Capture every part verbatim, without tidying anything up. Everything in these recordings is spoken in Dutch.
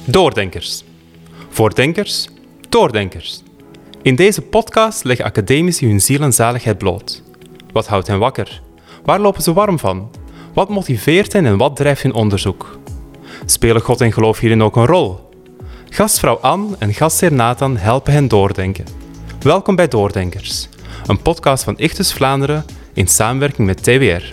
Doordenkers. Voor denkers, doordenkers. In deze podcast leggen academici hun ziel en zaligheid bloot. Wat houdt hen wakker? Waar lopen ze warm van? Wat motiveert hen en wat drijft hun onderzoek? Spelen God en geloof hierin ook een rol? Gastvrouw Anne en gastheer Nathan helpen hen doordenken. Welkom bij Doordenkers, een podcast van Ichthus Vlaanderen in samenwerking met T W R.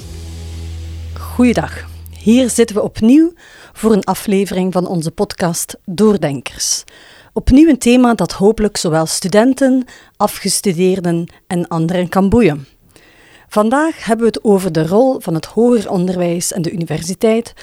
Goeiedag, hier zitten we opnieuw voor een aflevering van onze podcast Doordenkers. Opnieuw een thema dat hopelijk zowel studenten, afgestudeerden en anderen kan boeien. Vandaag hebben we het over de rol van het hoger onderwijs en de universiteit,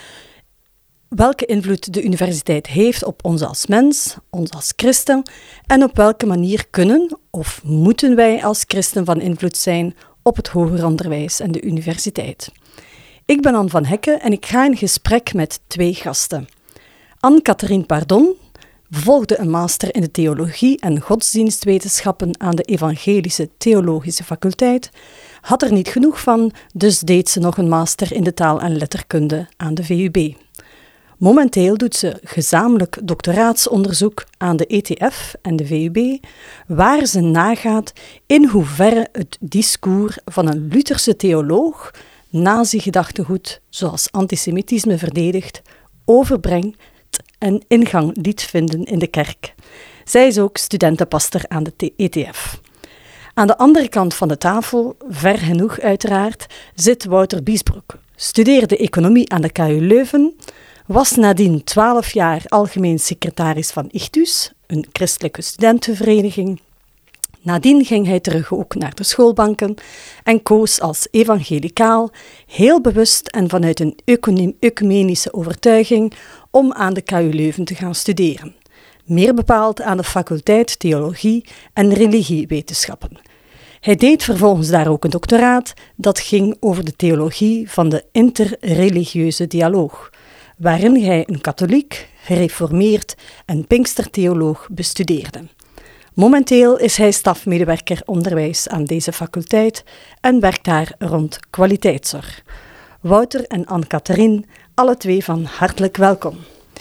welke invloed de universiteit heeft op ons als mens, ons als christen, en op welke manier kunnen of moeten wij als christen van invloed zijn op het hoger onderwijs en de universiteit. Ik ben Anne van Hekken en ik ga in gesprek met twee gasten. Anne-Catherine Pardon volgde een master in de theologie en godsdienstwetenschappen aan de Evangelische Theologische Faculteit, had er niet genoeg van, dus deed ze nog een master in de taal en letterkunde aan de V U B. Momenteel doet ze gezamenlijk doctoraatsonderzoek aan de E T F en de V U B, waar ze nagaat in hoeverre het discours van een Lutherse theoloog nazi-gedachtegoed, zoals antisemitisme verdedigt, overbrengt en ingang liet vinden in de kerk. Zij is ook studentenpastor aan de E T F. Aan de andere kant van de tafel, ver genoeg uiteraard, zit Wouter Biesbroek. Studeerde economie aan de K U Leuven, was nadien twaalf jaar algemeen secretaris van Ichthus, een christelijke studentenvereniging. Nadien ging hij terug ook naar de schoolbanken en koos als evangelicaal, heel bewust en vanuit een ecumenische overtuiging, om aan de K U Leuven te gaan studeren. Meer bepaald aan de faculteit Theologie en Religiewetenschappen. Hij deed vervolgens daar ook een doctoraat dat ging over de theologie van de interreligieuze dialoog, waarin hij een katholiek, gereformeerd en pinkstertheoloog bestudeerde. Momenteel is hij stafmedewerker onderwijs aan deze faculteit en werkt daar rond kwaliteitszorg. Wouter en Anne-Catherine, alle twee van hartelijk welkom.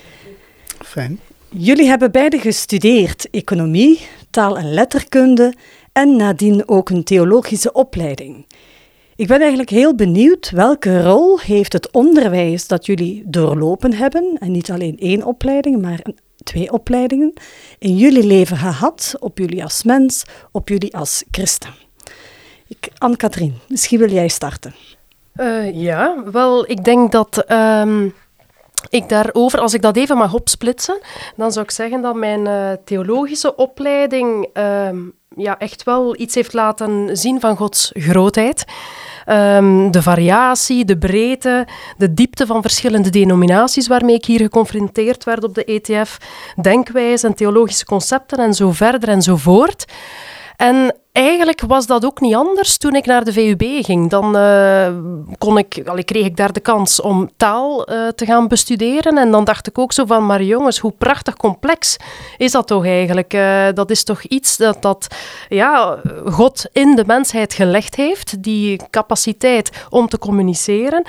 Fijn. Jullie hebben beide gestudeerd economie, taal en letterkunde en nadien ook een theologische opleiding. Ik ben eigenlijk heel benieuwd welke rol heeft het onderwijs dat jullie doorlopen hebben, en niet alleen één opleiding, maar twee opleidingen, in jullie leven gehad, op jullie als mens, op jullie als christen. Ik, Anne-Catherine, misschien wil jij starten. Uh, ja, wel, ik denk dat um, ik daarover, als ik dat even mag opsplitsen, dan zou ik zeggen dat mijn uh, theologische opleiding uh, ja, echt wel iets heeft laten zien van Gods grootheid. Um, de variatie, de breedte, de diepte van verschillende denominaties waarmee ik hier geconfronteerd werd op de E T F, denkwijze en theologische concepten en zo verder en zo voort. En eigenlijk was dat ook niet anders toen ik naar de V U B ging. Dan uh, kon ik, allee, kreeg ik daar de kans om taal uh, te gaan bestuderen. En dan dacht ik ook zo van, maar jongens, hoe prachtig complex is dat toch eigenlijk? Uh, dat is toch iets dat, dat ja, God in de mensheid gelegd heeft. Die capaciteit om te communiceren.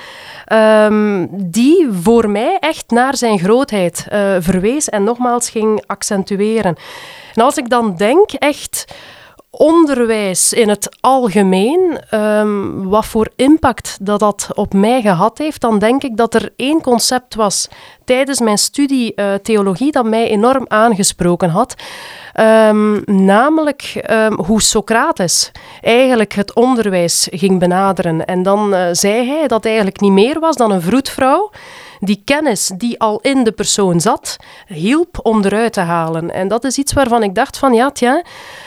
Um, die voor mij echt naar zijn grootheid uh, verwees en nogmaals ging accentueren. En als ik dan denk, echt onderwijs in het algemeen, um, wat voor impact dat dat op mij gehad heeft, dan denk ik dat er één concept was tijdens mijn studie uh, theologie dat mij enorm aangesproken had. Um, namelijk um, hoe Socrates eigenlijk het onderwijs ging benaderen. En dan uh, zei hij dat eigenlijk niet meer was dan een vroedvrouw die kennis die al in de persoon zat, hielp om eruit te halen. En dat is iets waarvan ik dacht van, ja, tja,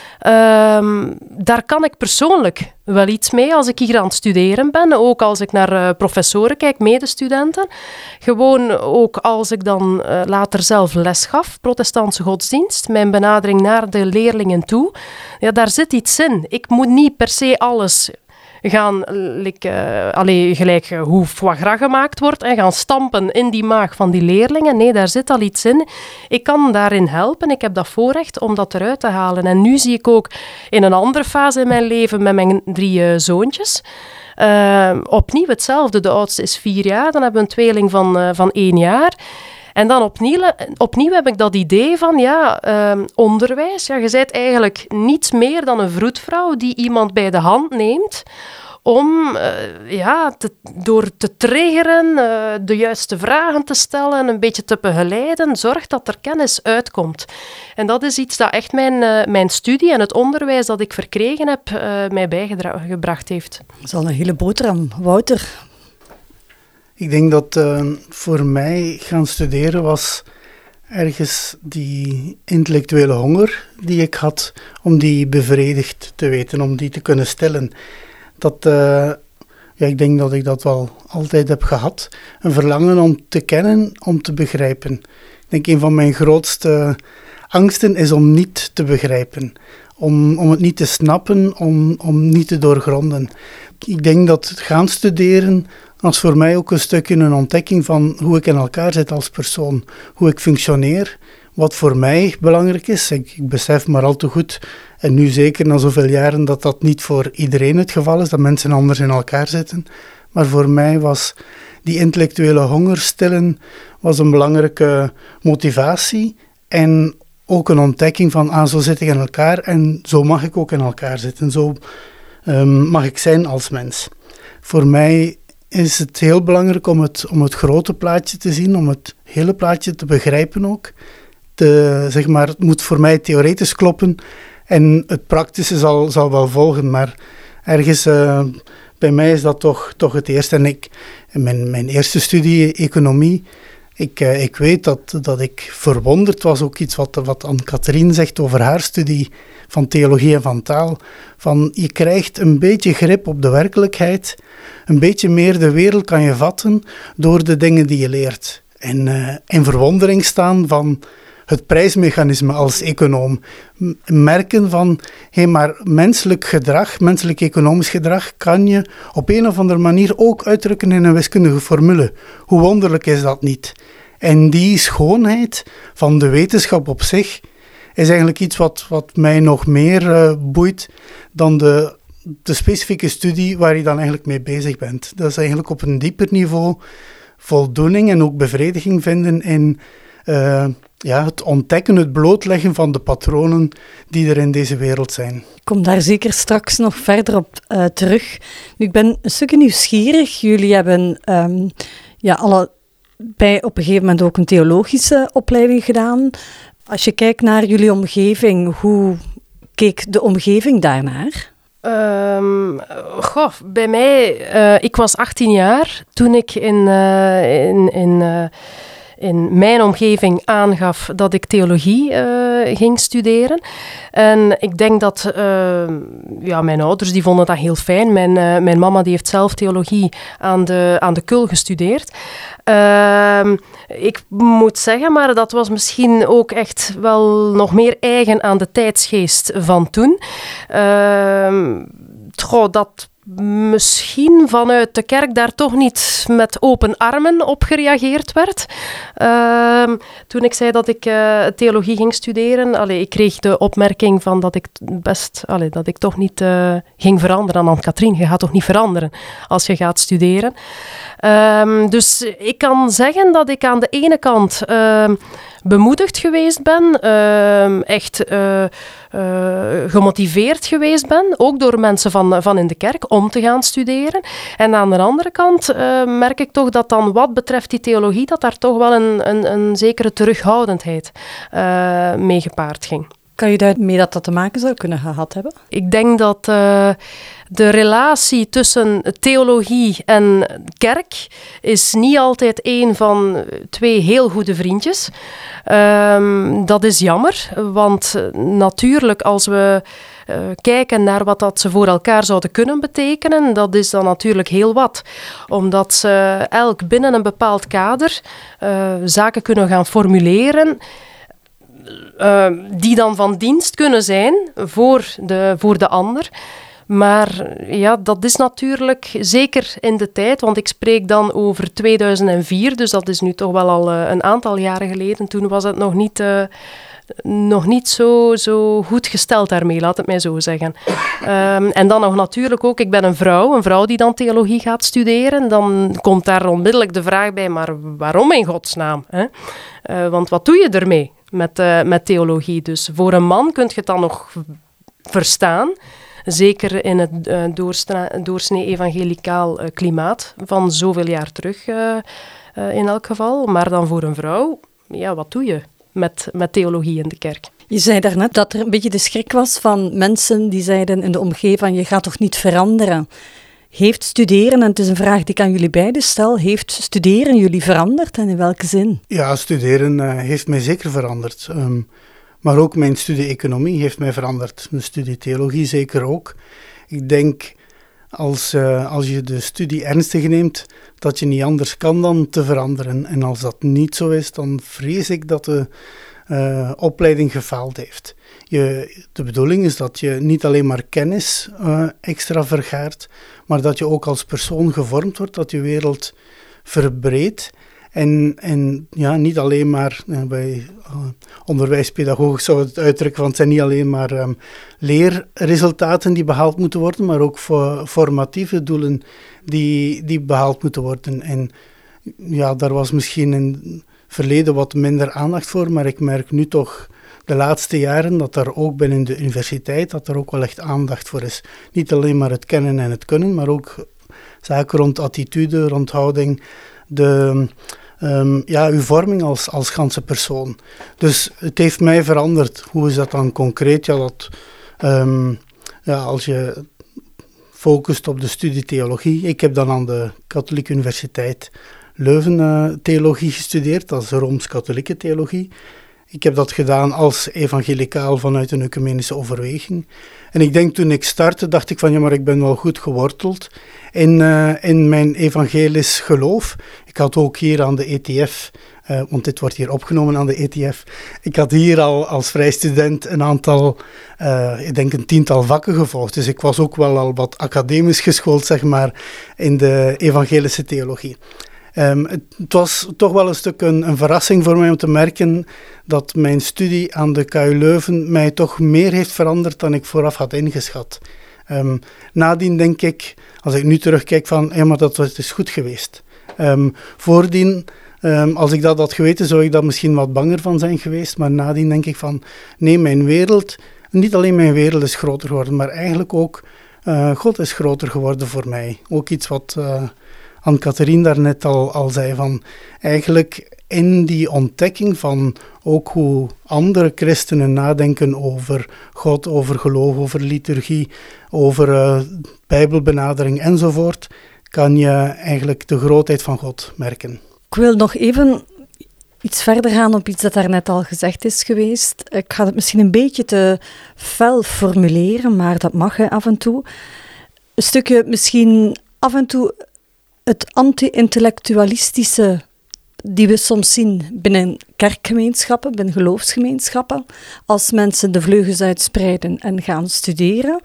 Um, daar kan ik persoonlijk wel iets mee als ik hier aan het studeren ben. Ook als ik naar uh, professoren kijk, medestudenten. Gewoon ook als ik dan uh, later zelf les gaf, protestantse godsdienst, mijn benadering naar de leerlingen toe. Ja, daar zit iets in. Ik moet niet per se alles gaan like, uh, allee, gelijk uh, hoe foie gras gemaakt wordt en gaan stampen in die maag van die leerlingen. Nee, daar zit al iets in. Ik kan daarin helpen. Ik heb dat voorrecht om dat eruit te halen. En nu zie ik ook in een andere fase in mijn leven met mijn drie uh, zoontjes Uh, opnieuw hetzelfde. De oudste is vier jaar. Dan hebben we een tweeling van, uh, van één jaar. En dan opnieuw, opnieuw heb ik dat idee van, ja, uh, onderwijs. Ja, je bent eigenlijk niets meer dan een vroedvrouw die iemand bij de hand neemt om uh, ja, te, door te triggeren, uh, de juiste vragen te stellen, een beetje te begeleiden, zorgt dat er kennis uitkomt. En dat is iets dat echt mijn, uh, mijn studie en het onderwijs dat ik verkregen heb, uh, mij bijgebracht heeft. Dat is al een hele boterham. Wouter? Ik denk dat uh, voor mij gaan studeren was ergens die intellectuele honger die ik had, om die bevredigd te weten, om die te kunnen stillen. Dat, uh, ja, ik denk dat ik dat wel altijd heb gehad. Een verlangen om te kennen, om te begrijpen. Ik denk een van mijn grootste angsten is om niet te begrijpen. Om, om het niet te snappen, om, om niet te doorgronden. Ik denk dat het gaan studeren was voor mij ook een stukje een ontdekking van hoe ik in elkaar zit als persoon. Hoe ik functioneer, wat voor mij belangrijk is. Ik, ik besef maar al te goed, en nu zeker na zoveel jaren, dat dat niet voor iedereen het geval is, dat mensen anders in elkaar zitten. Maar voor mij was die intellectuele honger stillen was een belangrijke motivatie en ook een ontdekking van, ah, zo zit ik in elkaar en zo mag ik ook in elkaar zitten. Zo um, mag ik zijn als mens. Voor mij is het heel belangrijk om het, om het grote plaatje te zien, om het hele plaatje te begrijpen ook. De, zeg maar, het moet voor mij theoretisch kloppen en het praktische zal, zal wel volgen, maar ergens uh, bij mij is dat toch, toch het eerste. En ik, mijn, mijn eerste studie, economie, ik, uh, ik weet dat, dat ik verwonderd was, ook iets wat, wat Anne-Catherine zegt over haar studie van theologie en van taal, van je krijgt een beetje grip op de werkelijkheid, een beetje meer de wereld kan je vatten door de dingen die je leert. En uh, in verwondering staan van het prijsmechanisme als econoom. M- merken van, hé, hey, maar menselijk gedrag, menselijk economisch gedrag, kan je op een of andere manier ook uitdrukken in een wiskundige formule. Hoe wonderlijk is dat niet? En die schoonheid van de wetenschap op zich is eigenlijk iets wat, wat mij nog meer uh, boeit dan de, de specifieke studie waar je dan eigenlijk mee bezig bent. Dat is eigenlijk op een dieper niveau voldoening en ook bevrediging vinden in uh, ja, het ontdekken, het blootleggen van de patronen die er in deze wereld zijn. Ik kom daar zeker straks nog verder op uh, terug. Nu, ik ben een stukje nieuwsgierig. Jullie hebben um, ja, alle, bij op een gegeven moment ook een theologische opleiding gedaan. Als je kijkt naar jullie omgeving, hoe keek de omgeving daarnaar? Um, goh, bij mij, uh, ik was achttien jaar toen ik in, uh, in, in, uh, in mijn omgeving aangaf dat ik theologie uh, ging studeren. En ik denk dat uh, ja, mijn ouders die vonden dat heel fijn. Mijn, uh, mijn mama die heeft zelf theologie aan de, aan de K U L gestudeerd. Uh, ik moet zeggen, maar dat was misschien ook echt wel nog meer eigen aan de tijdsgeest van toen. Uh, goh, dat misschien vanuit de kerk daar toch niet met open armen op gereageerd werd. Uh, toen ik zei dat ik uh, theologie ging studeren, allee, ik kreeg de opmerking van dat ik best, allee, dat ik toch niet uh, ging veranderen. Anne-Catherine, je gaat toch niet veranderen als je gaat studeren. Uh, dus ik kan zeggen dat ik aan de ene kant uh, bemoedigd geweest ben, uh, echt uh, uh, gemotiveerd geweest ben, ook door mensen van, van in de kerk, om te gaan studeren. En aan de andere kant uh, merk ik toch dat dan wat betreft die theologie, dat daar toch wel een, een, een zekere terughoudendheid uh, mee gepaard ging. Kan je daarmee dat dat te maken zou kunnen gehad hebben? Ik denk dat uh, de relatie tussen theologie en kerk is niet altijd één van twee heel goede vriendjes. Um, dat is jammer, want natuurlijk als we uh, kijken naar wat dat ze voor elkaar zouden kunnen betekenen, dat is dan natuurlijk heel wat. Omdat ze elk binnen een bepaald kader uh, zaken kunnen gaan formuleren, Uh, die dan van dienst kunnen zijn voor de, voor de ander. Maar ja, dat is natuurlijk zeker in de tijd, want ik spreek dan over tweeduizend vier, dus dat is nu toch wel al uh, een aantal jaren geleden. Toen was het nog niet, uh, nog niet zo, zo goed gesteld daarmee, laat het mij zo zeggen. Um, en dan nog natuurlijk ook, ik ben een vrouw, een vrouw die dan theologie gaat studeren. Dan komt daar onmiddellijk de vraag bij, maar waarom in godsnaam? Hè? Uh, want wat doe je ermee met, uh, met theologie? Dus voor een man kun je het dan nog verstaan. Zeker in het uh, doorstra- doorsnee evangelicaal uh, klimaat van zoveel jaar terug uh, uh, in elk geval. Maar dan voor een vrouw, ja, wat doe je met, met theologie in de kerk? Je zei daarnet dat er een beetje de schrik was van mensen die zeiden in de omgeving van je gaat toch niet veranderen. Heeft studeren, en het is een vraag die ik aan jullie beiden stel, heeft studeren jullie veranderd en in welke zin? Ja, studeren uh, heeft mij zeker veranderd. Um, Maar ook mijn studie economie heeft mij veranderd. Mijn studie theologie zeker ook. Ik denk, als, uh, als je de studie ernstig neemt, dat je niet anders kan dan te veranderen. En als dat niet zo is, dan vrees ik dat de uh, opleiding gefaald heeft. Je, de bedoeling is dat je niet alleen maar kennis uh, extra vergaart, maar dat je ook als persoon gevormd wordt, dat je wereld verbreedt. En, en ja, niet alleen maar, bij uh, onderwijspedagogisch zou het uitdrukken, want het zijn niet alleen maar um, leerresultaten die behaald moeten worden, maar ook voor formatieve doelen die, die behaald moeten worden. En ja, daar was misschien in het verleden wat minder aandacht voor, maar ik merk nu toch de laatste jaren dat er ook binnen de universiteit, dat er ook wel echt aandacht voor is. Niet alleen maar het kennen en het kunnen, maar ook zaken rond attitude, rond houding, de... Um, ja, uw vorming als, als ganse persoon. Dus het heeft mij veranderd. Hoe is dat dan concreet? Ja, dat, um, ja, als je focust op de studie theologie. Ik heb dan aan de Katholieke Universiteit Leuven uh, theologie gestudeerd. Dat is Rooms-Katholieke theologie. Ik heb dat gedaan als evangelicaal vanuit een ecumenische overweging. En ik denk toen ik startte, dacht ik van ja, maar ik ben wel goed geworteld in, uh, in mijn evangelisch geloof. Ik had ook hier aan de E T F, uh, want dit wordt hier opgenomen aan de E T F, ik had hier al als vrij student een aantal, uh, ik denk een tiental vakken gevolgd. Dus ik was ook wel al wat academisch geschoold, zeg maar, in de evangelische theologie. Um, het, het was toch wel een stuk een, een verrassing voor mij om te merken dat mijn studie aan de K U Leuven mij toch meer heeft veranderd dan ik vooraf had ingeschat. Um, nadien denk ik, als ik nu terugkijk van, ja, maar dat was, is goed geweest. Um, voordien, um, als ik dat had geweten, zou ik daar misschien wat banger van zijn geweest, maar nadien denk ik van, nee, mijn wereld, niet alleen mijn wereld is groter geworden, maar eigenlijk ook, uh, God is groter geworden voor mij. Ook iets wat... Uh, Anne-Catherine daarnet al, al zei, van eigenlijk in die ontdekking van ook hoe andere christenen nadenken over God, over geloof, over liturgie, over uh, bijbelbenadering enzovoort, kan je eigenlijk de grootheid van God merken. Ik wil nog even iets verder gaan op iets dat daarnet al gezegd is geweest. Ik ga het misschien een beetje te fel formuleren, maar dat mag hè, af en toe. Een stukje misschien af en toe... Het anti-intellectualistische die we soms zien binnen kerkgemeenschappen, binnen geloofsgemeenschappen, als mensen de vleugels uitspreiden en gaan studeren.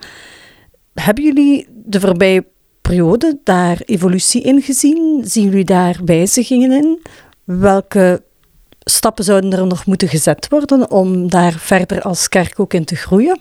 Hebben jullie de voorbije periode daar evolutie in gezien? Zien jullie daar wijzigingen in? Welke stappen zouden er nog moeten gezet worden om daar verder als kerk ook in te groeien?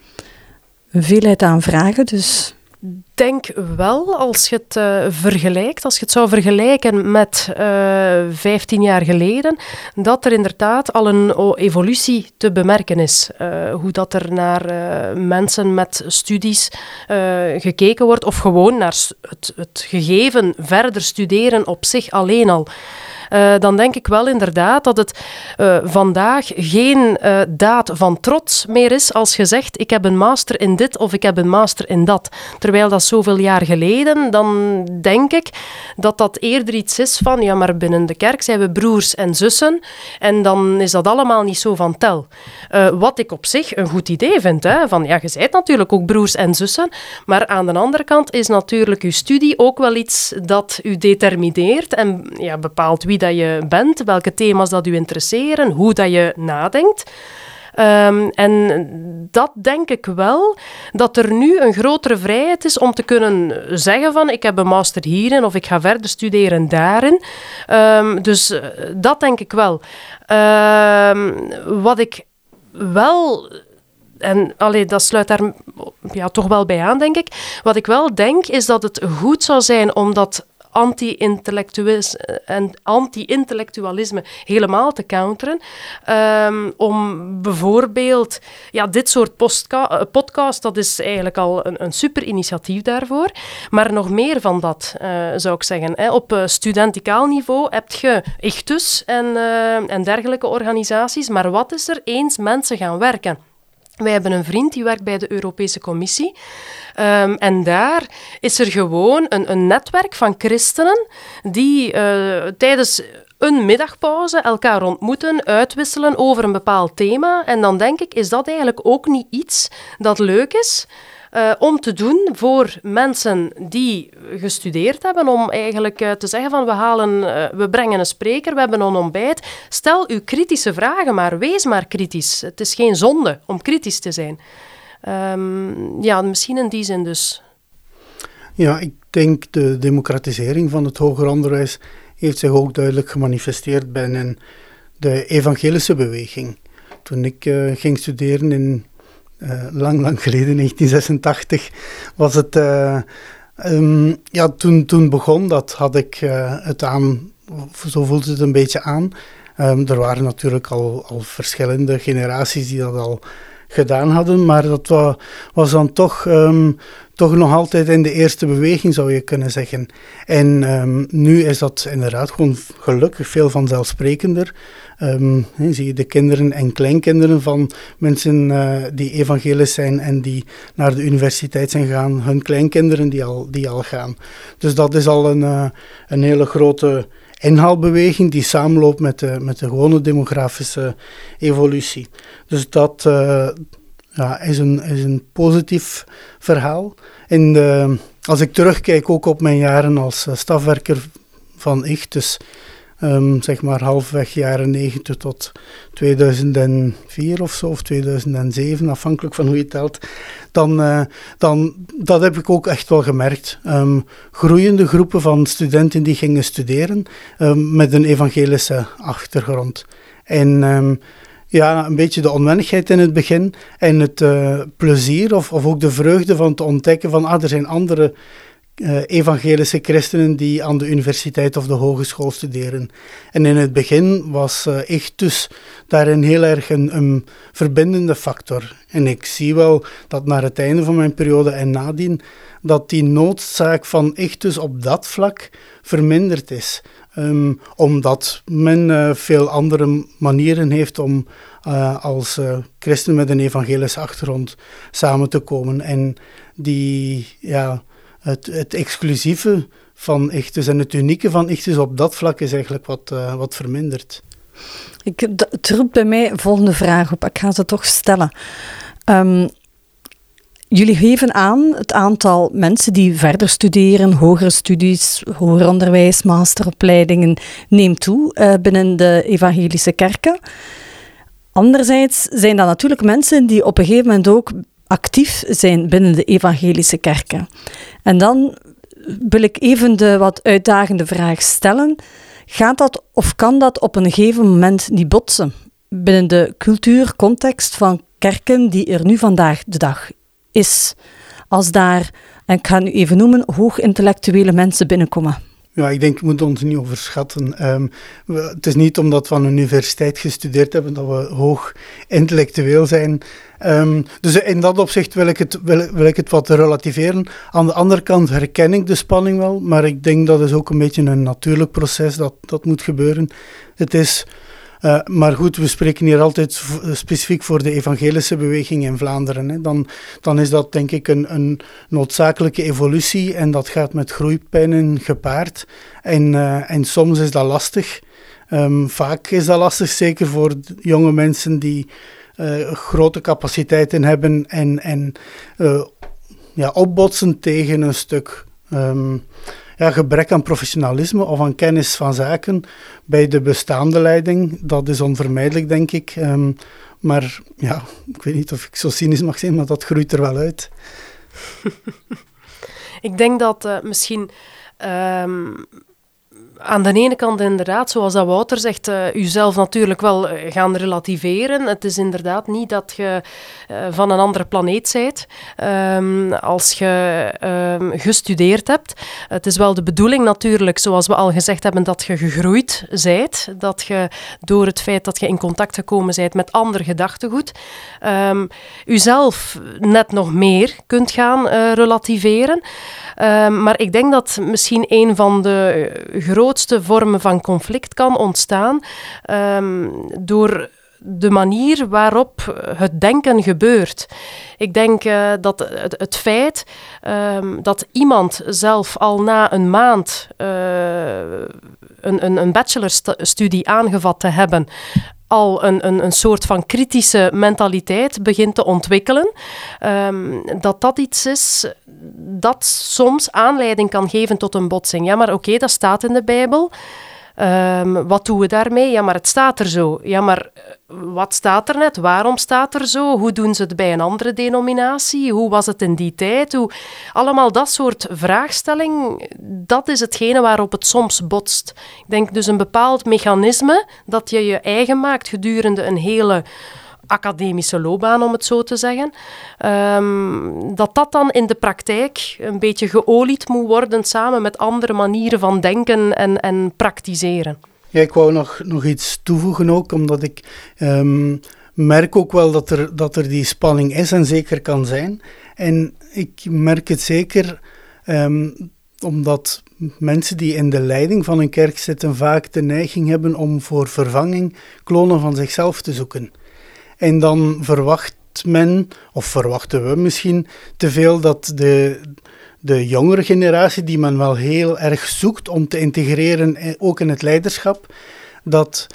Een veelheid aan vragen, dus... Ik denk wel, als je het uh, vergelijkt, als je het zou vergelijken met uh, vijftien jaar geleden, dat er inderdaad al een oh, evolutie te bemerken is. Uh, hoe dat er naar uh, mensen met studies uh, gekeken wordt, of gewoon naar het, het gegeven verder studeren op zich alleen al. Uh, dan denk ik wel inderdaad dat het uh, vandaag geen uh, daad van trots meer is als je zegt ik heb een master in dit of ik heb een master in dat. Terwijl dat zoveel jaar geleden, dan denk ik dat dat eerder iets is van ja, maar binnen de kerk zijn we broers en zussen en dan is dat allemaal niet zo van tel. Uh, wat ik op zich een goed idee vind, hè, van ja, je bent natuurlijk ook broers en zussen, maar aan de andere kant is natuurlijk uw studie ook wel iets dat u determineert en ja, bepaalt wie dat je bent, welke thema's dat u interesseren, hoe dat je nadenkt. Um, en dat denk ik wel, dat er nu een grotere vrijheid is om te kunnen zeggen van ik heb een master hierin of ik ga verder studeren daarin. Um, dus uh, dat denk ik wel. Um, wat ik wel... En allee, dat sluit daar ja, toch wel bij aan, denk ik. Wat ik wel denk, is dat het goed zou zijn om dat anti-intellectualisme helemaal te counteren. Um, om bijvoorbeeld... Ja, dit soort postka- podcast, dat is eigenlijk al een, een super initiatief daarvoor. Maar nog meer van dat, uh, zou ik zeggen. Hè. Op uh, studenticaal niveau heb je Ichthus en, uh, en dergelijke organisaties. Maar wat is er eens mensen gaan werken? Wij hebben een vriend die werkt bij de Europese Commissie. Um, en daar is er gewoon een, een netwerk van christenen die uh, tijdens een middagpauze elkaar ontmoeten, uitwisselen over een bepaald thema. En dan denk ik, is dat eigenlijk ook niet iets dat leuk is uh, om te doen voor mensen die gestudeerd hebben, om eigenlijk uh, te zeggen van we, halen, uh, we brengen een spreker, we hebben een ontbijt. Stel uw kritische vragen maar, wees maar kritisch. Het is geen zonde om kritisch te zijn. Um, ja, misschien in die zin dus. Ja, ik denk de democratisering van het hoger onderwijs heeft zich ook duidelijk gemanifesteerd binnen de evangelische beweging. Toen ik uh, ging studeren in uh, lang, lang geleden, negentien zesentachtig, was het... Uh, um, ja, toen, toen begon dat, had ik uh, het aan, zo voelde het een beetje aan. Um, er waren natuurlijk al, al verschillende generaties die dat al gedaan hadden, maar dat wa, was dan toch, um, toch nog altijd in de eerste beweging, zou je kunnen zeggen. En um, nu is dat inderdaad gewoon gelukkig veel vanzelfsprekender. Um, he, zie je de kinderen en kleinkinderen van mensen uh, die evangelisch zijn en die naar de universiteit zijn gegaan, hun kleinkinderen die al, die al gaan. Dus dat is al een, uh, een hele grote inhaalbeweging die samenloopt met de, met de gewone demografische evolutie. Dus dat uh, ja, is, een, is een positief verhaal. En de, als ik terugkijk ook op mijn jaren als uh, stafwerker van Ichthus, um, zeg maar halfweg jaren negentig tot tweeduizend vier of zo, of tweeduizend zeven, afhankelijk van hoe je telt, dan, uh, dan dat heb ik ook echt wel gemerkt. Um, groeiende groepen van studenten die gingen studeren um, met een evangelische achtergrond. En um, ja, een beetje de onwennigheid in het begin en het uh, plezier of, of ook de vreugde van te ontdekken van ah, er zijn andere Uh, evangelische christenen die aan de universiteit of de hogeschool studeren. En in het begin was uh, Ichthus daarin heel erg een, een verbindende factor. En ik zie wel dat naar het einde van mijn periode en nadien, dat die noodzaak van Ichthus op dat vlak verminderd is. Um, omdat men uh, veel andere manieren heeft om uh, als uh, christen met een evangelische achtergrond samen te komen. En die, ja... Het, het exclusieve van Ichthus en het unieke van Ichthus op dat vlak is eigenlijk wat, uh, wat verminderd. Ik, het roept bij mij een volgende vraag op. Ik ga ze toch stellen. Um, jullie geven aan het aantal mensen die verder studeren, hogere studies, hoger onderwijs, masteropleidingen neemt toe uh, binnen de evangelische kerken. Anderzijds zijn dat natuurlijk mensen die op een gegeven moment ook actief zijn binnen de evangelische kerken. En dan wil ik even de wat uitdagende vraag stellen. Gaat dat of kan dat op een gegeven moment niet botsen binnen de cultuurcontext van kerken die er nu vandaag de dag is? Als daar, en ik ga nu even noemen, hoogintellectuele mensen binnenkomen. Ja, ik denk, we moeten ons niet overschatten. Um, we, het is niet omdat we aan een universiteit gestudeerd hebben dat we hoog intellectueel zijn. Um, dus in dat opzicht wil ik, het, wil, wil ik het wat relativeren. Aan de andere kant herken ik de spanning wel, maar ik denk dat is ook een beetje een natuurlijk proces dat, dat moet gebeuren. Het is... Uh, maar goed, we spreken hier altijd v- specifiek voor de evangelische beweging in Vlaanderen. Hè. Dan, dan is dat denk ik een, een noodzakelijke evolutie en dat gaat met groeipijnen gepaard. En, uh, en soms is dat lastig. Um, vaak is dat lastig, zeker voor jonge mensen die uh, grote capaciteiten hebben en, en uh, ja, opbotsen tegen een stuk... Um, ja, gebrek aan professionalisme of aan kennis van zaken bij de bestaande leiding. Dat is onvermijdelijk, denk ik. Um, maar ja, ik weet niet of ik zo cynisch mag zijn, maar dat groeit er wel uit. Ik denk dat uh, misschien... Um, aan de ene kant inderdaad, zoals dat Wouter zegt, uh, uzelf natuurlijk wel uh, gaan relativeren. Het is inderdaad niet dat je uh, van een andere planeet bent um, als je um, gestudeerd hebt. Het is wel de bedoeling natuurlijk, zoals we al gezegd hebben, dat je gegroeid bent. Dat je door het feit dat je in contact gekomen bent met ander gedachtegoed, um, uzelf net nog meer kunt gaan uh, relativeren. Um, maar ik denk dat misschien een van de grootste vormen van conflict kan ontstaan um, door de manier waarop het denken gebeurt. Ik denk uh, dat het, het feit um, dat iemand zelf al na een maand uh, een, een, een bachelorstudie aangevat te hebben, al een, een, een soort van kritische mentaliteit begint te ontwikkelen, um, dat dat iets is dat soms aanleiding kan geven tot een botsing. Ja, maar oké, okay, dat staat in de Bijbel. Um, wat doen we daarmee? Ja, maar het staat er zo. Ja, maar wat staat er net? Waarom staat er zo? Hoe doen ze het bij een andere denominatie? Hoe was het in die tijd? Hoe... Allemaal dat soort vraagstelling, dat is hetgene waarop het soms botst. Ik denk dus een bepaald mechanisme dat je je eigen maakt gedurende een hele academische loopbaan, om het zo te zeggen. Um, dat dat dan in de praktijk een beetje geolied moet worden samen met andere manieren van denken en, en praktiseren. Ja, ik wou nog, nog iets toevoegen ook, omdat ik um, merk ook wel dat er, dat er die spanning is en zeker kan zijn. En ik merk het zeker um, omdat mensen die in de leiding van een kerk zitten vaak de neiging hebben om voor vervanging klonen van zichzelf te zoeken. En dan verwacht men, of verwachten we misschien, te veel dat de, de jongere generatie, die men wel heel erg zoekt om te integreren, ook in het leiderschap, dat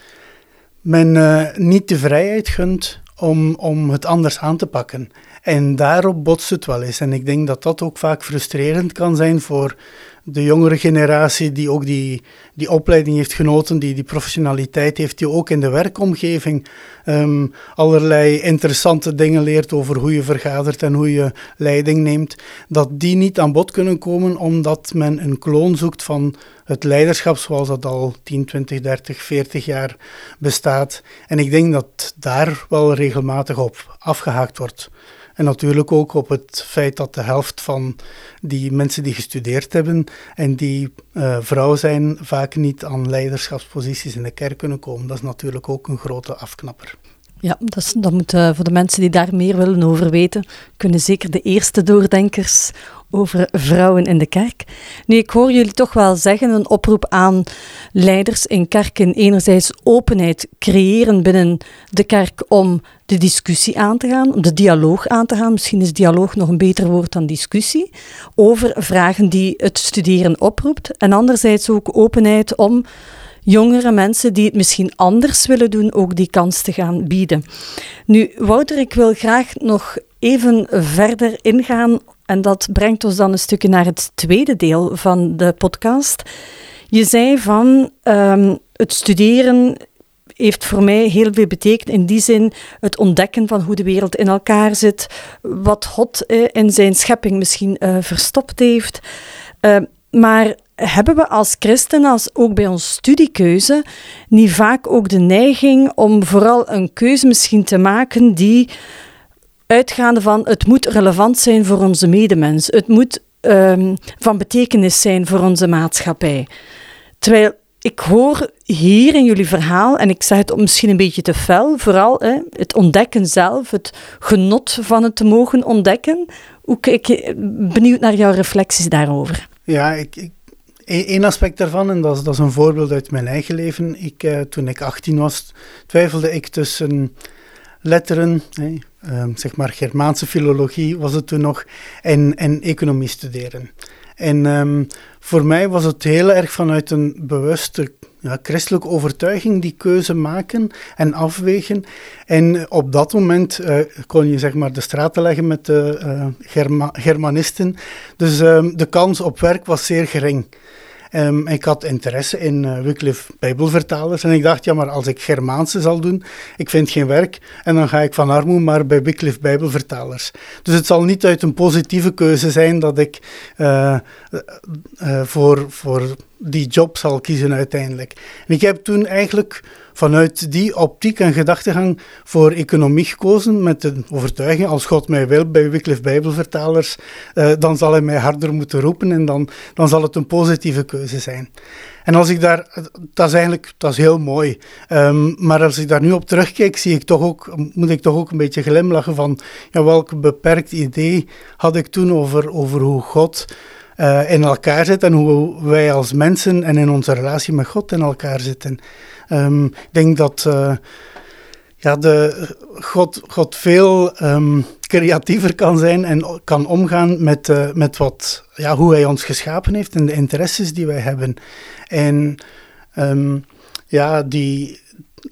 men uh, niet de vrijheid gunt om, om het anders aan te pakken. En daarop botst het wel eens. En ik denk dat dat ook vaak frustrerend kan zijn voor de jongere generatie die ook die, die opleiding heeft genoten, die die professionaliteit heeft, die ook in de werkomgeving um, allerlei interessante dingen leert over hoe je vergadert en hoe je leiding neemt, dat die niet aan bod kunnen komen omdat men een kloon zoekt van het leiderschap zoals dat al tien, twintig, dertig, veertig jaar bestaat. En ik denk dat daar wel regelmatig op afgehaakt wordt. En natuurlijk ook op het feit dat de helft van die mensen die gestudeerd hebben en die uh, vrouw zijn, vaak niet aan leiderschapsposities in de kerk kunnen komen. Dat is natuurlijk ook een grote afknapper. Ja, dat, is, dat moet uh, voor de mensen die daar meer willen over weten, kunnen zeker de eerste doordenkers over vrouwen in de kerk. Nu, ik hoor jullie toch wel zeggen, een oproep aan leiders in kerken, enerzijds openheid creëren binnen de kerk om de discussie aan te gaan, om de dialoog aan te gaan. Misschien is dialoog nog een beter woord dan discussie, over vragen die het studeren oproept. En anderzijds ook openheid om jongere mensen die het misschien anders willen doen, ook die kans te gaan bieden. Nu, Wouter, ik wil graag nog even verder ingaan en dat brengt ons dan een stukje naar het tweede deel van de podcast. Je zei van um, het studeren heeft voor mij heel veel betekend in die zin het ontdekken van hoe de wereld in elkaar zit, wat God uh, in zijn schepping misschien uh, verstopt heeft. Uh, maar hebben we als christenen, als ook bij onze studiekeuze, niet vaak ook de neiging om vooral een keuze misschien te maken die uitgaande van het moet relevant zijn voor onze medemens, het moet um, van betekenis zijn voor onze maatschappij. Terwijl ik hoor hier in jullie verhaal, en ik zeg het misschien een beetje te fel, vooral hè, het ontdekken zelf, het genot van het te mogen ontdekken. Hoe, ik ben benieuwd naar jouw reflecties daarover. Ja, ik... ik Eén aspect daarvan, en dat is, dat is een voorbeeld uit mijn eigen leven. Ik, uh, toen ik achttien was, twijfelde ik tussen letteren, eh, uh, zeg maar Germaanse filologie was het toen nog, en, en economie studeren. En um, voor mij was het heel erg vanuit een bewuste ja, christelijke overtuiging die keuze maken en afwegen. En op dat moment uh, kon je zeg maar de straten leggen met de uh, Germa- Germanisten. Dus uh, de kans op werk was zeer gering. Um, ik had interesse in uh, Wycliffe Bijbelvertalers en ik dacht, ja, maar als ik Germaanse zal doen, ik vind geen werk en dan ga ik van armoede maar bij Wycliffe Bijbelvertalers. Dus het zal niet uit een positieve keuze zijn dat ik uh, uh, voor, voor die job zal kiezen uiteindelijk. En ik heb toen eigenlijk vanuit die optiek en gedachtegang voor economie gekozen met de overtuiging, als God mij wil bij Wycliffe Bijbelvertalers, uh, dan zal hij mij harder moeten roepen en dan, dan zal het een positieve keuze zijn. En als ik daar, dat is eigenlijk, dat is heel mooi, um, maar als ik daar nu op terugkijk, zie ik toch ook, moet ik toch ook een beetje glimlachen van, ja, welk beperkt idee had ik toen over, over hoe God uh, in elkaar zit en hoe wij als mensen en in onze relatie met God in elkaar zitten. Um, ik denk dat uh, ja, de, God, God veel um, creatiever kan zijn en kan omgaan met, uh, met wat, ja, hoe hij ons geschapen heeft en de interesses die wij hebben. En um, ja, die,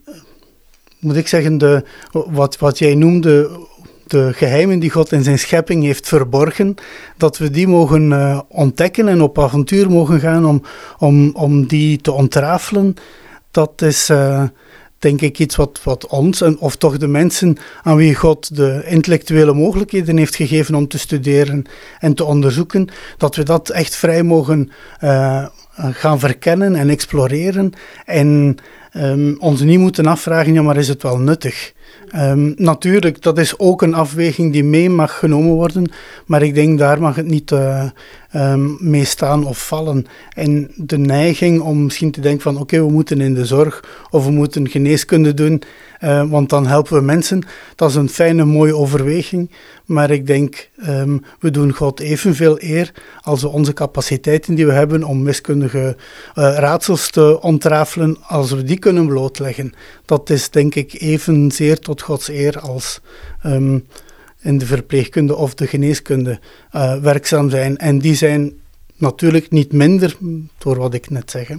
moet ik zeggen, de, wat, wat jij noemde, de geheimen die God in zijn schepping heeft verborgen, dat we die mogen uh, ontdekken en op avontuur mogen gaan om, om, om die te ontrafelen. Dat is, uh, denk ik, iets wat, wat ons, en, of toch de mensen aan wie God de intellectuele mogelijkheden heeft gegeven om te studeren en te onderzoeken, dat we dat echt vrij mogen uh, gaan verkennen en exploreren en um, ons niet moeten afvragen, ja, maar is het wel nuttig? Um, natuurlijk, dat is ook een afweging die mee mag genomen worden, maar ik denk daar mag het niet uh, um, mee staan of vallen. En de neiging om misschien te denken van oké, okay, we moeten in de zorg of we moeten geneeskunde doen, uh, want dan helpen we mensen. Dat is een fijne, mooie overweging, maar ik denk um, we doen God evenveel eer als we onze capaciteiten die we hebben om wiskundige uh, raadsels te ontrafelen, als we die kunnen blootleggen. Dat is denk ik evenzeer tot Gods eer als um, in de verpleegkunde of de geneeskunde uh, werkzaam zijn. En die zijn natuurlijk niet minder door wat ik net zeg. Hè.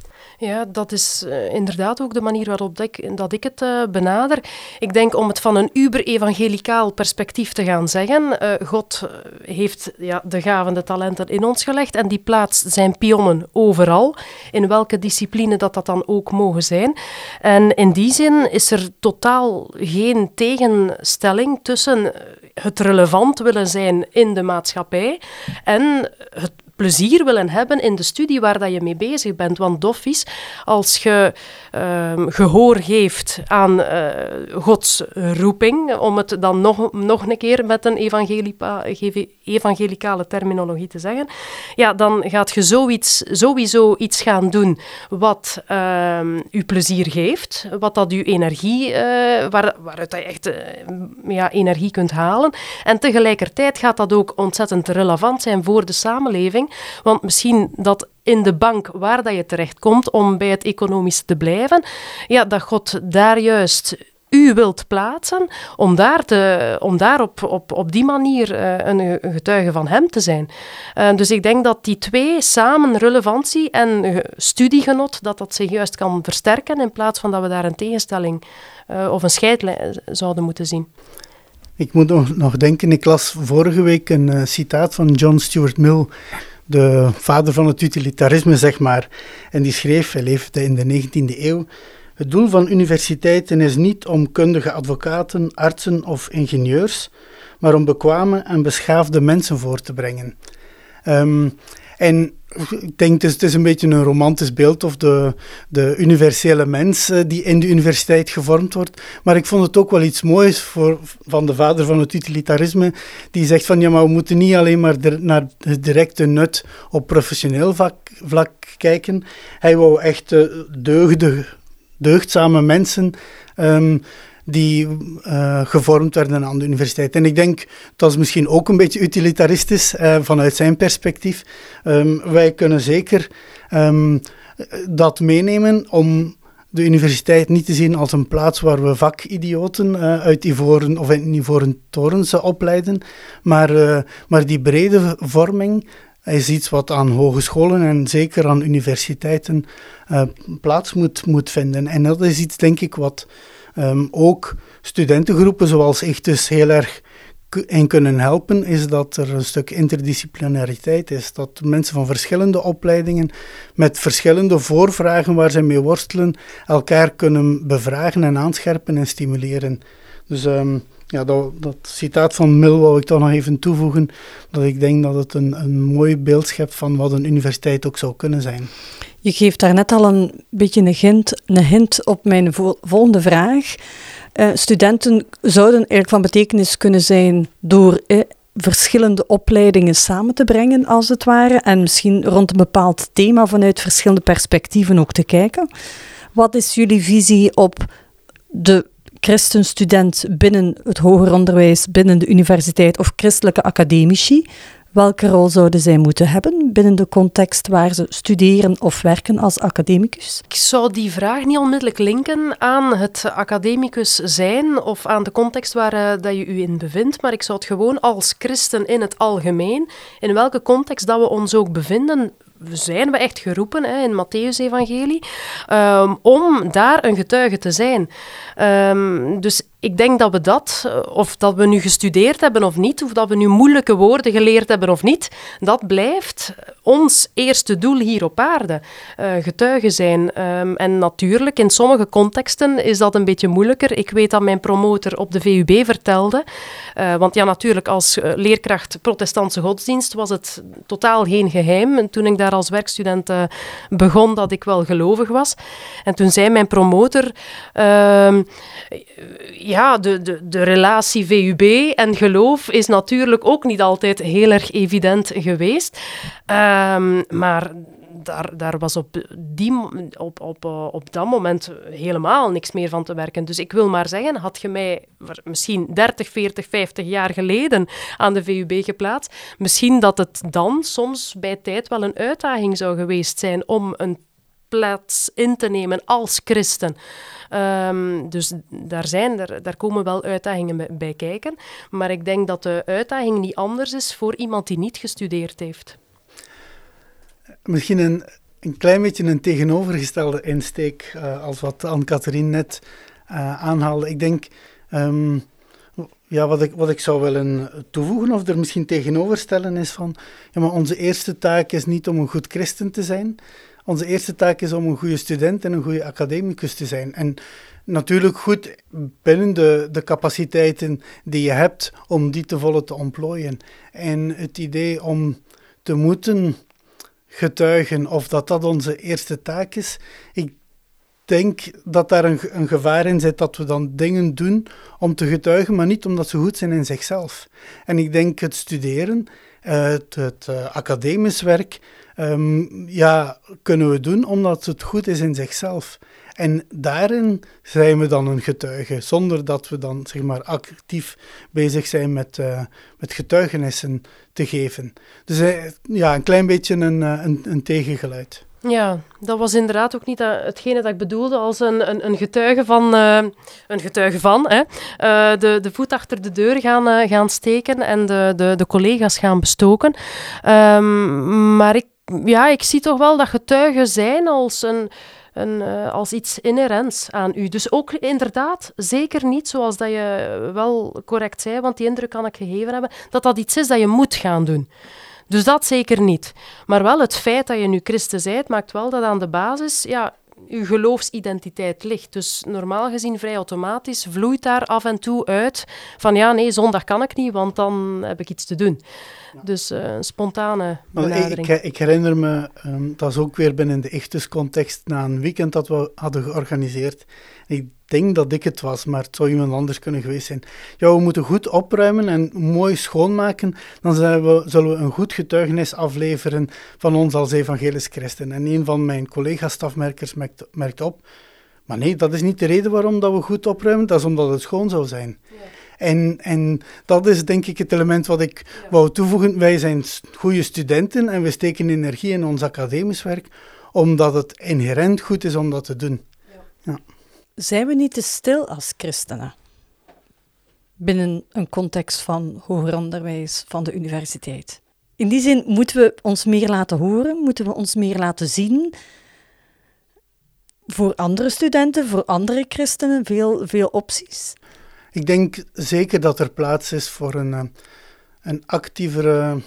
Ja, dat is uh, inderdaad ook de manier waarop dat ik, dat ik het uh, benader. Ik denk om het van een uber-evangelicaal perspectief te gaan zeggen. Uh, God heeft ja, de gaven, de talenten in ons gelegd en die plaatst zijn pionnen overal, in welke discipline dat dat dan ook mogen zijn. En in die zin is er totaal geen tegenstelling tussen het relevant willen zijn in de maatschappij en het plezier willen hebben in de studie waar dat je mee bezig bent. Want dof is, als je uh, gehoor geeft aan uh, Gods roeping, om het dan nog, nog een keer met een evangelica, evangelicale terminologie te zeggen, ja, dan gaat je zoiets, sowieso iets gaan doen wat uh, je plezier geeft, wat dat je energie, uh, waar, waaruit dat je echt uh, ja, energie kunt halen. En tegelijkertijd gaat dat ook ontzettend relevant zijn voor de samenleving. Want misschien dat in de bank waar dat je terechtkomt, om bij het economische te blijven, ja, dat God daar juist u wilt plaatsen, om daar, te, om daar op, op, op die manier uh, een getuige van hem te zijn. Uh, dus ik denk dat die twee samen, relevantie en studiegenot, dat dat zich juist kan versterken, in plaats van dat we daar een tegenstelling uh, of een scheidlijn zouden moeten zien. Ik moet nog, nog denken, ik las vorige week een uh, citaat van John Stuart Mill, de vader van het utilitarisme, zeg maar. En die schreef, hij leefde in de negentiende eeuw, het doel van universiteiten is niet om kundige advocaten, artsen of ingenieurs, maar om bekwame en beschaafde mensen voor te brengen. Um, en ik denk, het is, het is een beetje een romantisch beeld of de, de universele mens uh, die in de universiteit gevormd wordt. Maar ik vond het ook wel iets moois voor, van de vader van het utilitarisme, die zegt van ja, maar we moeten niet alleen maar de, naar het directe nut op professioneel vlak, vlak kijken. Hij wou echt uh, deugde, deugdzame mensen um, die uh, gevormd werden aan de universiteit. En ik denk, dat is misschien ook een beetje utilitaristisch uh, vanuit zijn perspectief. Um, wij kunnen zeker um, dat meenemen om de universiteit niet te zien als een plaats waar we vakidioten uh, uit ivoren of in ivoren torens uh, opleiden, maar, uh, maar die brede vorming is iets wat aan hogescholen en zeker aan universiteiten uh, plaats moet, moet vinden. En dat is iets, denk ik, wat um, ook studentengroepen zoals ik dus heel erg in kunnen helpen, is dat er een stuk interdisciplinariteit is. Dat mensen van verschillende opleidingen met verschillende voorvragen waar ze mee worstelen, elkaar kunnen bevragen en aanscherpen en stimuleren. Dus um, ja, dat, dat citaat van Mill wou ik toch nog even toevoegen, dat ik denk dat het een, een mooi beeld schept van wat een universiteit ook zou kunnen zijn. Je geeft daar net al een beetje een hint, een hint op mijn vo- volgende vraag. Uh, studenten zouden eigenlijk van betekenis kunnen zijn door uh, verschillende opleidingen samen te brengen, als het ware, en misschien rond een bepaald thema vanuit verschillende perspectieven ook te kijken. Wat is jullie visie op de christenstudent binnen het hoger onderwijs, binnen de universiteit of christelijke academici? Welke rol zouden zij moeten hebben binnen de context waar ze studeren of werken als academicus? Ik zou die vraag niet onmiddellijk linken aan het academicus zijn of aan de context waar uh, dat je u in bevindt, maar ik zou het gewoon als christen in het algemeen, in welke context dat we ons ook bevinden, zijn we echt geroepen hè, in het Mattheüs-evangelie, um, om daar een getuige te zijn. Um, dus ik denk dat we dat, of dat we nu gestudeerd hebben of niet, of dat we nu moeilijke woorden geleerd hebben of niet, dat blijft ons eerste doel hier op aarde. Uh, getuigen zijn. Um, en natuurlijk, in sommige contexten is dat een beetje moeilijker. Ik weet dat mijn promotor op de V U B vertelde, uh, want ja, natuurlijk, als uh, leerkracht protestantse godsdienst was het totaal geen geheim. En toen ik daar als werkstudent uh, begon, dat ik wel gelovig was. En toen zei mijn promotor, uh, ja, de, de, de relatie V U B en geloof is natuurlijk ook niet altijd heel erg evident geweest. Um, maar daar, daar was op, die, op, op, op dat moment helemaal niks meer van te werken. Dus ik wil maar zeggen, had je mij misschien dertig, veertig, vijftig jaar geleden aan de V U B geplaatst, misschien dat het dan soms bij tijd wel een uitdaging zou geweest zijn om een plaats in te nemen als christen. Um, dus daar, zijn, daar, daar komen wel uitdagingen bij, bij kijken. Maar ik denk dat de uitdaging niet anders is voor iemand die niet gestudeerd heeft. Misschien een, een klein beetje een tegenovergestelde insteek uh, als wat Anne-Catherine net uh, aanhaalde. Ik denk, um, ja, wat, ik, wat ik zou willen toevoegen of er misschien tegenover stellen is van, ja, maar onze eerste taak is niet om een goed christen te zijn. Onze eerste taak is om een goede student en een goede academicus te zijn. En natuurlijk goed binnen de, de capaciteiten die je hebt om die te volle te ontplooien. En het idee om te moeten getuigen of dat dat onze eerste taak is, ik denk dat daar een, een gevaar in zit dat we dan dingen doen om te getuigen, maar niet omdat ze goed zijn in zichzelf. En ik denk het studeren, het, het uh, academisch werk, um, ja, kunnen we doen omdat het goed is in zichzelf. En daarin zijn we dan een getuige, zonder dat we dan zeg maar actief bezig zijn met, uh, met getuigenissen te geven. Dus uh, ja, een klein beetje een, een, een tegengeluid. Ja, dat was inderdaad ook niet uh, hetgene dat ik bedoelde als een, een, een getuige van, uh, een getuige van hè, uh, de, de voet achter de deur gaan, uh, gaan steken en de, de, de collega's gaan bestoken. Um, maar ik, ja, ik zie toch wel dat getuigen zijn als een... Een, uh, als iets inherents aan u. Dus ook inderdaad, zeker niet zoals dat je wel correct zei, want die indruk kan ik gegeven hebben, dat dat iets is dat je moet gaan doen. Dus dat zeker niet. Maar wel het feit dat je nu christen bent, maakt wel dat aan de basis, ja, uw geloofsidentiteit ligt. Dus normaal gezien vrij automatisch vloeit daar af en toe uit van ja, nee, zondag kan ik niet, want dan heb ik iets te doen. Ja. Dus uh, een spontane benadering. Ik, ik herinner me, um, dat is ook weer binnen de Ichthus-context, na een weekend dat we hadden georganiseerd. Ik denk dat ik het was, maar het zou iemand anders kunnen geweest zijn. Ja, we moeten goed opruimen en mooi schoonmaken, dan we, zullen we een goed getuigenis afleveren van ons als evangelisch christen. En een van mijn collega-stafmerkers merkt, merkt op, maar nee, dat is niet de reden waarom dat we goed opruimen, dat is omdat het schoon zou zijn. Ja. En, en dat is denk ik het element wat ik ja. wou toevoegen. Wij zijn goede studenten en we steken energie in ons academisch werk, omdat het inherent goed is om dat te doen. Ja. Ja. Zijn we niet te stil als christenen? Binnen een context van hoger onderwijs, van de universiteit? In die zin moeten we ons meer laten horen, moeten we ons meer laten zien. Voor andere studenten, voor andere christenen, veel, veel opties. Ik denk zeker dat er plaats is voor een, een actievere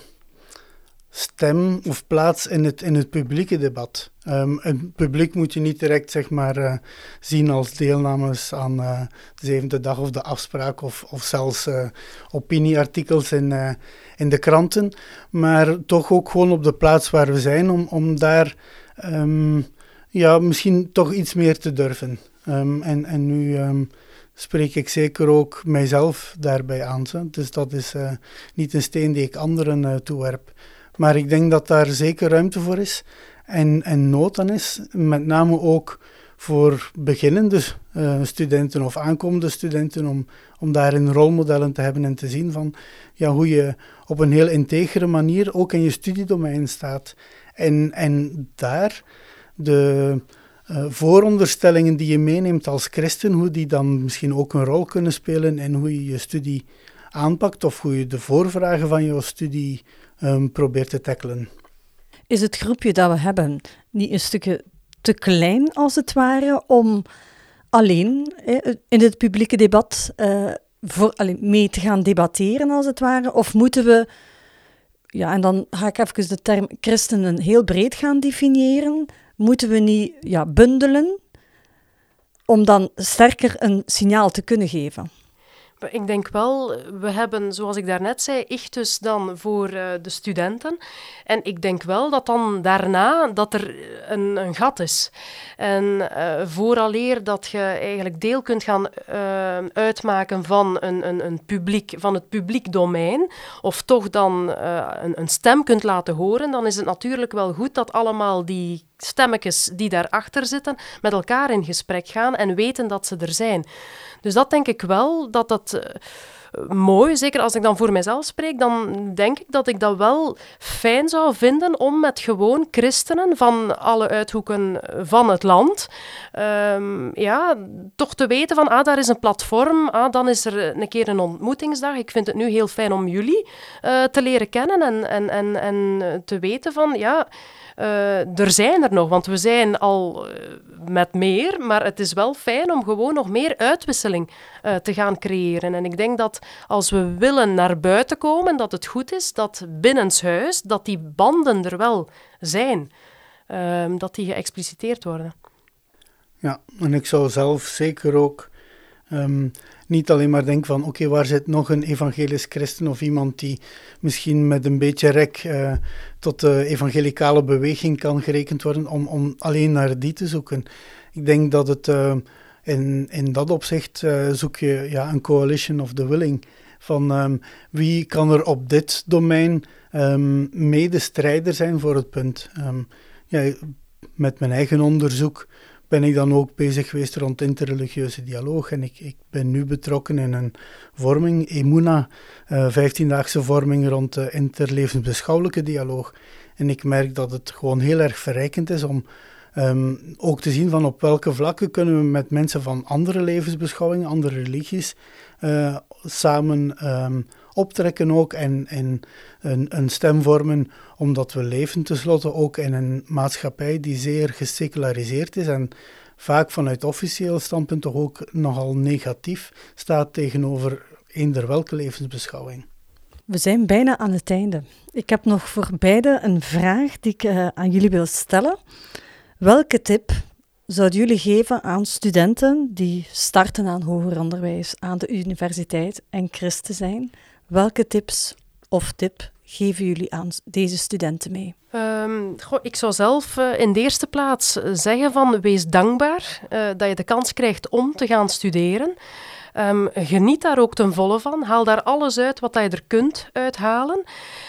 stem of plaats in het, in het publieke debat. Um, het publiek moet je niet direct zeg maar, uh, zien als deelnemers aan uh, de zevende dag of de afspraak of, of zelfs uh, opinieartikels in, uh, in de kranten, maar toch ook gewoon op de plaats waar we zijn om, om daar um, ja, misschien toch iets meer te durven. Um, en, en nu um, spreek ik zeker ook mijzelf daarbij aan. Zo. Dus dat is uh, niet een steen die ik anderen uh, toewerp. Maar ik denk dat daar zeker ruimte voor is en, en nood aan is, met name ook voor beginnende uh, studenten of aankomende studenten, om, om daarin rolmodellen te hebben en te zien van ja, hoe je op een heel integere manier ook in je studiedomein staat. En, en daar de uh, vooronderstellingen die je meeneemt als christen, hoe die dan misschien ook een rol kunnen spelen in hoe je je studie aanpakt of hoe je de voorvragen van jouw studie um, probeert te tackelen. Is het groepje dat we hebben niet een stukje te klein, als het ware, om alleen eh, in het publieke debat uh, voor, alleen, mee te gaan debatteren, als het ware? Of moeten we, ja, en dan ga ik even de term christenen heel breed gaan definiëren, moeten we niet ja, bundelen om dan sterker een signaal te kunnen geven? Ik denk wel, we hebben, zoals ik daarnet zei, Ichthus dan voor uh, de studenten. En ik denk wel dat dan daarna dat er een, een gat is. En uh, vooraleer dat je eigenlijk deel kunt gaan uh, uitmaken van, een, een, een publiek, van het publiek domein, of toch dan uh, een, een stem kunt laten horen, dan is het natuurlijk wel goed dat allemaal die stemmetjes die daarachter zitten met elkaar in gesprek gaan en weten dat ze er zijn. Dus dat denk ik wel, dat dat uh, mooi, zeker als ik dan voor mezelf spreek, dan denk ik dat ik dat wel fijn zou vinden om met gewoon christenen van alle uithoeken van het land, um, ja, toch te weten van, ah, daar is een platform, ah, dan is er een keer een ontmoetingsdag. Ik vind het nu heel fijn om jullie uh, te leren kennen en, en, en, en te weten van, ja, Uh, er zijn er nog, want we zijn al uh, met meer, maar het is wel fijn om gewoon nog meer uitwisseling uh, te gaan creëren. En ik denk dat als we willen naar buiten komen, dat het goed is dat binnenshuis, dat die banden er wel zijn, uh, dat die geëxpliciteerd worden. Ja, en ik zou zelf zeker ook um, niet alleen maar denken van oké, okay, waar zit nog een evangelisch christen of iemand die misschien met een beetje rek uh, tot de evangelicale beweging kan gerekend worden, om, om alleen naar die te zoeken. Ik denk dat het uh, in, in dat opzicht uh, zoek je ja, een coalition of the willing van um, wie kan er op dit domein um, medestrijder zijn voor het punt. Um, ja, met mijn eigen onderzoek ben ik dan ook bezig geweest rond interreligieuze dialoog. En ik, ik ben nu betrokken in een vorming, Emuna, uh, vijftiendaagse vorming rond de interlevensbeschouwelijke dialoog. En ik merk dat het gewoon heel erg verrijkend is om um, ook te zien van op welke vlakken kunnen we met mensen van andere levensbeschouwingen, andere religies, uh, samen um, optrekken ook en, en een, een stem vormen, omdat we leven tenslotte ook in een maatschappij die zeer geseculariseerd is en vaak vanuit officieel standpunt toch ook nogal negatief staat tegenover eender welke levensbeschouwing. We zijn bijna aan het einde. Ik heb nog voor beide een vraag die ik uh, aan jullie wil stellen. Welke tip zouden jullie geven aan studenten die starten aan hoger onderwijs, aan de universiteit en christen zijn? Welke tips of tip geven jullie aan deze studenten mee? Um, goh, ik zou zelf uh, in de eerste plaats zeggen van wees dankbaar uh, dat je de kans krijgt om te gaan studeren. Um, geniet daar ook ten volle van. Haal daar alles uit wat je er kunt uithalen.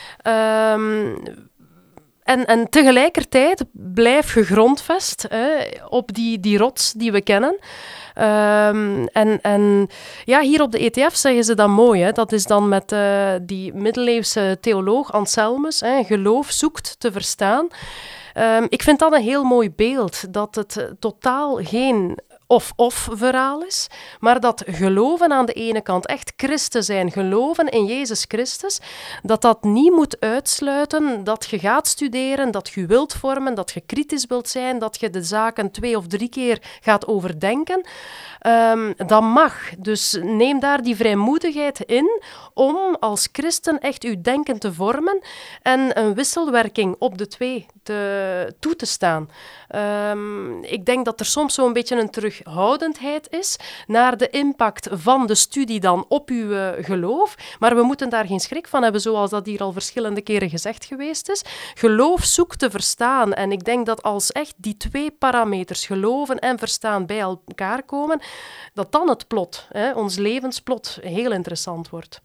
Um, En, en tegelijkertijd blijf gegrondvest hè, op die, die rots die we kennen. Um, en, en ja, hier op de E T F zeggen ze dat mooi. Hè. Dat is dan met uh, die middeleeuwse theoloog Anselmus. Hè, geloof zoekt te verstaan. Um, ik vind dat een heel mooi beeld. Dat het totaal geen of-of verhaal is, maar dat geloven aan de ene kant, echt christen zijn, geloven in Jezus Christus, dat dat niet moet uitsluiten dat je gaat studeren, dat je wilt vormen, dat je kritisch wilt zijn, dat je de zaken twee of drie keer gaat overdenken. Um, dat mag. Dus neem daar die vrijmoedigheid in om als christen echt uw denken te vormen en een wisselwerking op de twee te, toe te staan. Um, ik denk dat er soms zo'n beetje een terughoudendheid is naar de impact van de studie dan op uw uh, geloof, maar we moeten daar geen schrik van hebben, zoals dat hier al verschillende keren gezegd geweest is. Geloof zoekt te verstaan en ik denk dat als echt die twee parameters, geloven en verstaan, bij elkaar komen, dat dan het plot, hè, ons levensplot, heel interessant wordt.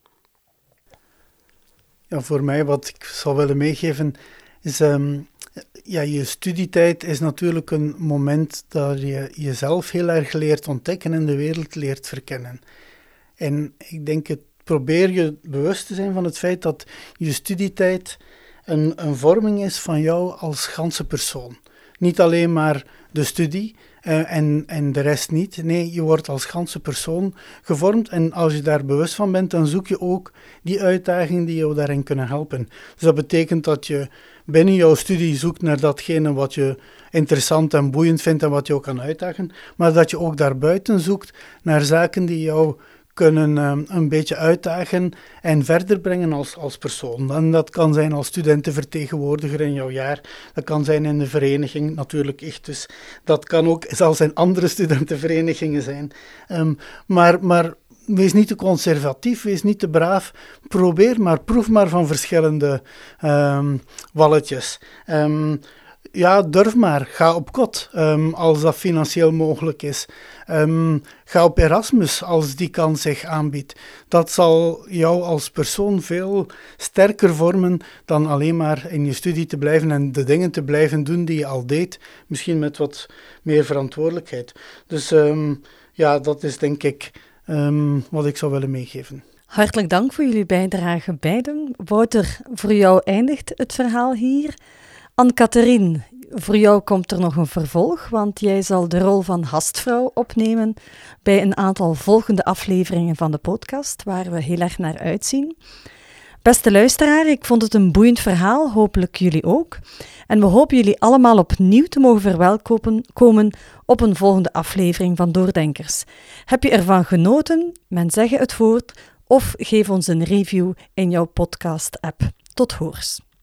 Ja, voor mij, wat ik zou willen meegeven, is... Um, ja, je studietijd is natuurlijk een moment dat je jezelf heel erg leert ontdekken en de wereld leert verkennen. En ik denk, het probeer je bewust te zijn van het feit dat je studietijd een, een vorming is van jou als ganse persoon. Niet alleen maar de studie uh, en, en de rest niet. Nee, je wordt als ganse persoon gevormd en als je daar bewust van bent, dan zoek je ook die uitdagingen die jou daarin kunnen helpen. Dus dat betekent dat je binnen jouw studie zoekt naar datgene wat je interessant en boeiend vindt en wat jou kan uitdagen, maar dat je ook daarbuiten zoekt naar zaken die jou kunnen um, een beetje uitdagen en verder brengen als, als persoon. En dat kan zijn als studentenvertegenwoordiger in jouw jaar, dat kan zijn in de vereniging, natuurlijk echt, dus dat kan ook zelfs in andere studentenverenigingen zijn. Um, maar, maar wees niet te conservatief, wees niet te braaf, probeer maar, proef maar van verschillende um, walletjes. Um, Ja, durf maar. Ga op kot, um, als dat financieel mogelijk is. Um, ga op Erasmus, als die kans zich aanbiedt. Dat zal jou als persoon veel sterker vormen dan alleen maar in je studie te blijven en de dingen te blijven doen die je al deed. Misschien met wat meer verantwoordelijkheid. Dus um, ja, dat is denk ik um, wat ik zou willen meegeven. Hartelijk dank voor jullie bijdrage beiden. Wouter, voor jou eindigt het verhaal hier. Anne-Catherine, voor jou komt er nog een vervolg, want jij zal de rol van gastvrouw opnemen bij een aantal volgende afleveringen van de podcast, waar we heel erg naar uitzien. Beste luisteraar, ik vond het een boeiend verhaal, hopelijk jullie ook. En we hopen jullie allemaal opnieuw te mogen verwelkomen op een volgende aflevering van Doordenkers. Heb je ervan genoten? Men zeg het woord of geef ons een review in jouw podcast-app. Tot hoors.